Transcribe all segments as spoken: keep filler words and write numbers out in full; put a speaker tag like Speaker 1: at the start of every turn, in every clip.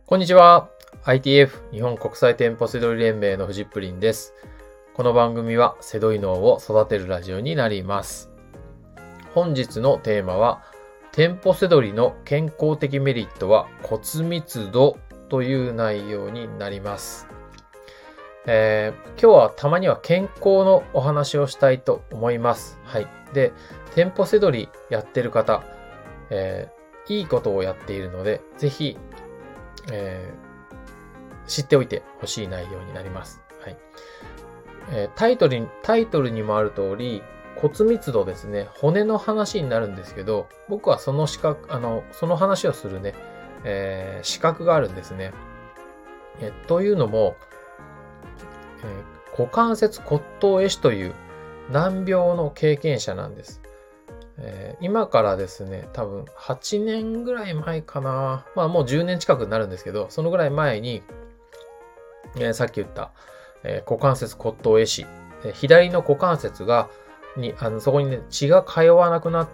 Speaker 1: こんにちは。アイティーエフ 日本国際店舗セドリ連盟のフジップリンです。この番組はセドリ脳を育てるラジオになります。本日のテーマは、店舗セドリの健康的メリットは骨密度という内容になります。えー、今日はたまには健康のお話をしたいと思います。はい。で、店舗セドリやってる方、えー、いいことをやっているので、ぜひえー、知っておいてほしい内容になります。はい。えー、タイトルに、タイトルにもある通り、骨密度ですね、骨の話になるんですけど、僕はその資格、あの、その話をするね、えー、資格があるんですね。えというのも、えー、股関節骨頭壊死という難病の経験者なんです。えー、今からですね、多分はちねんぐらい前かな。まあもうじゅうねん近くになるんですけど、そのぐらい前に、えー、さっき言った、えー、股関節骨頭壊死、えー、左の股関節が、に、あの、そこにね、血が通わなくなって、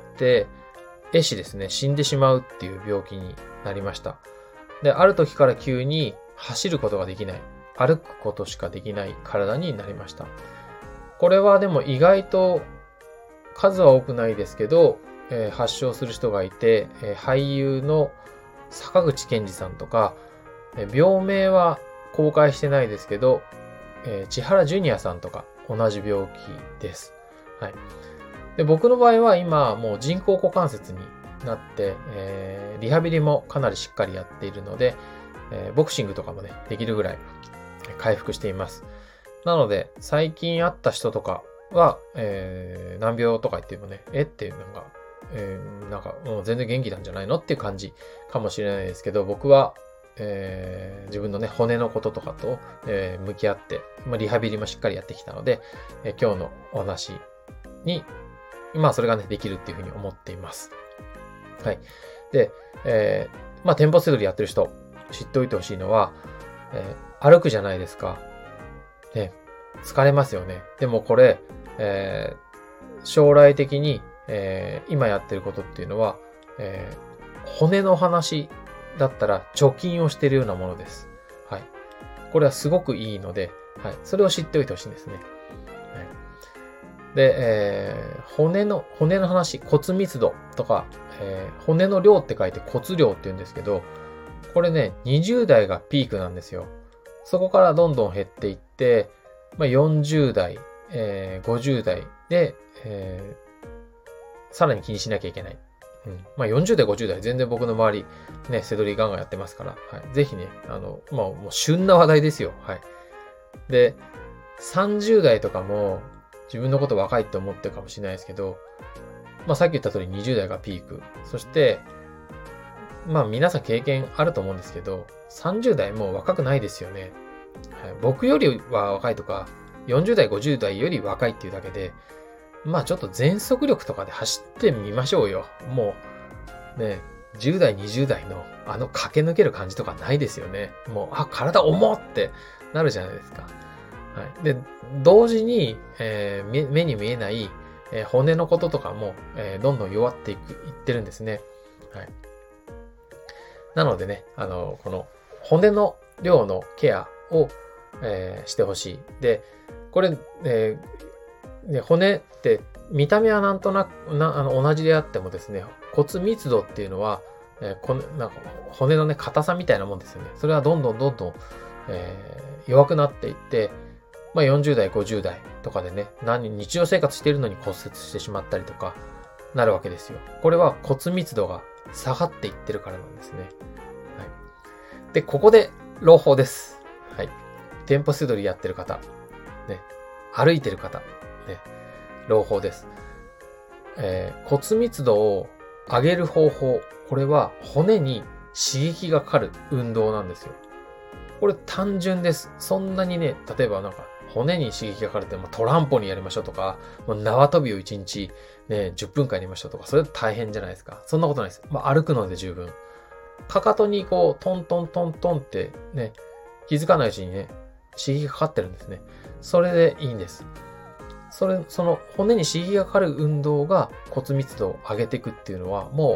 Speaker 1: 壊死ですね、死んでしまうっていう病気になりました。で、ある時から急に走ることができない、歩くことしかできない体になりました。これはでも意外と数は多くないですけど、えー、発症する人がいて、えー、俳優の坂口健二さんとか、えー、病名は公開してないですけど、えー、千原ジュニアさんとか同じ病気です。はい。で、僕の場合は今もう人工股関節になって、えー、リハビリもかなりしっかりやっているので、えー、ボクシングとかもね、できるぐらい回復しています。なので、最近会った人とかは、えー、難病とか言ってもね、えっていうのが、えー、なんかもう全然元気なんじゃないのっていう感じかもしれないですけど、僕は、えー、自分のね、骨のこととかと、えー、向き合って、まあ、リハビリもしっかりやってきたので、えー、今日のお話に、まあそれがね、できるっていうふうに思っています。はい。で、えー、まあ店舗セドリやってる人、知っておいてほしいのは、えー、歩くじゃないですか。ね、疲れますよね。でもこれ、えー、将来的に、えー、今やってることっていうのは、えー、骨の話だったら貯金をしているようなものです。はい。これはすごくいいので、はい。それを知っておいてほしいんですね。はい。で、えー、骨の、骨の話、骨密度とか、えー、骨の量って書いて骨量って言うんですけど、これね、にじゅう代がピークなんですよ。そこからどんどん減っていって、まあ、よんじゅう代、えー、ごじゅう代で、えー、さらに気にしなきゃいけない。うん。まあ、よんじゅう代、ごじゅう代、全然僕の周り、ね、セドリガンガンやってますから、はい。ぜひね、あの、まあ、もう旬な話題ですよ。はい。で、さんじゅう代とかも、自分のこと若いって思ってるかもしれないですけど、まあ、さっき言った通りにじゅう代がピーク。そして、まあ、皆さん経験あると思うんですけど、さんじゅう代もう若くないですよね。はい、僕よりは若いとか、よんじゅう代、ごじゅう代より若いっていうだけで、まあちょっと全速力とかで走ってみましょうよ。もう、ね、じゅう代、にじゅう代のあの駆け抜ける感じとかないですよね。もう、あ、体重ってなるじゃないですか。はい。で、同時に、えー、目に見えない、えー、骨のこととかも、えー、どんどん弱っていく、いってるんですね。はい。なのでね、あの、この骨の量のケアを、えー、してほしい。で、これ、えーね、骨って見た目はなんとなくなあの同じであってもですね、骨密度っていうのは、えー、なんか骨のね、硬さみたいなもんですよね。それはどんどんどんどん、えー、弱くなっていって、まあ、よんじゅう代、ごじゅう代とかでね、何日常生活しているのに骨折してしまったりとかなるわけですよ。これは骨密度が下がっていってるからなんですね。はい。で、ここで朗報です。はい。店舗セドリやってる方、ね、歩いてる方、ね、朗報です。えー、骨密度を上げる方法、これは骨に刺激がかかる運動なんですよ。これ単純です。そんなにね、例えばなんか骨に刺激がかかるって、まあ、トランポリンやりましょうとか、もう縄跳びをいちにちね、じゅっぷんかんやりましょうとか、それ大変じゃないですか。そんなことないです。まあ、歩くので十分。かかとにこう、トントントントンってね、気づかないうちにね、刺激がかかってるんですね。それでいいんです。それ、その骨に刺激がかかる運動が骨密度を上げていくっていうのは、も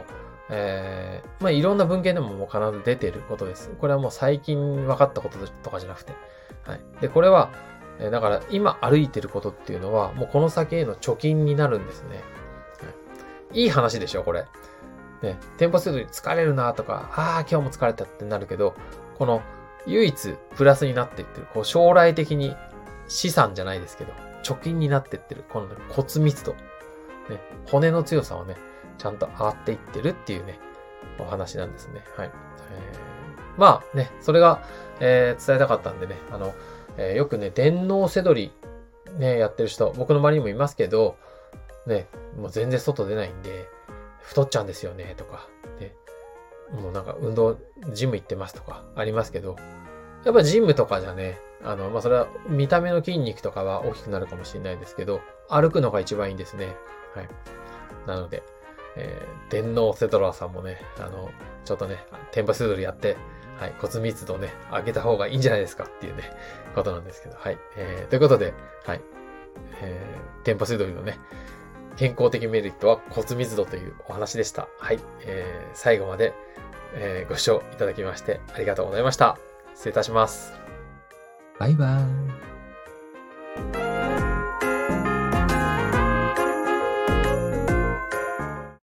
Speaker 1: えー、まあいろんな文献でももう必ず出てることです。これはもう最近分かったこととかじゃなくて。はい。で、これは、えー、だから今歩いてることっていうのは、もうこの先への貯金になるんですね。はい、いい話でしょ、これ。ね、店舗セドリ疲れるなとか、ああ、今日も疲れたってなるけど、この唯一プラスになっていってる、こう将来的に資産じゃないですけど、貯金になっていってる、この、ね、骨密度、ね、骨の強さをね、ちゃんと上がっていってるっていうね、お話なんですね。はい。えー、まあね、それが、えー、伝えたかったんでね、あの、えー、よくね、電脳セドリ、ね、やってる人、僕の周りにもいますけど、ね、もう全然外出ないんで、太っちゃうんですよね、とか、ね、もうなんか運動、ジム行ってますとかありますけど、やっぱジムとかじゃね、あの、まあ、それは見た目の筋肉とかは大きくなるかもしれないですけど、歩くのが一番いいんですね。はい。なので、えー、電脳セドラーさんもね、あの、ちょっとね、店舗セドリやって、はい、骨密度をね、上げた方がいいんじゃないですかっていうね、ことなんですけど、はい。えー、ということで、はい、えー、店舗セドリのね、健康的メリットは骨密度というお話でした。はい、えー、最後まで、えー、ご視聴いただきましてありがとうございました。失礼いたします。
Speaker 2: バイバーイ。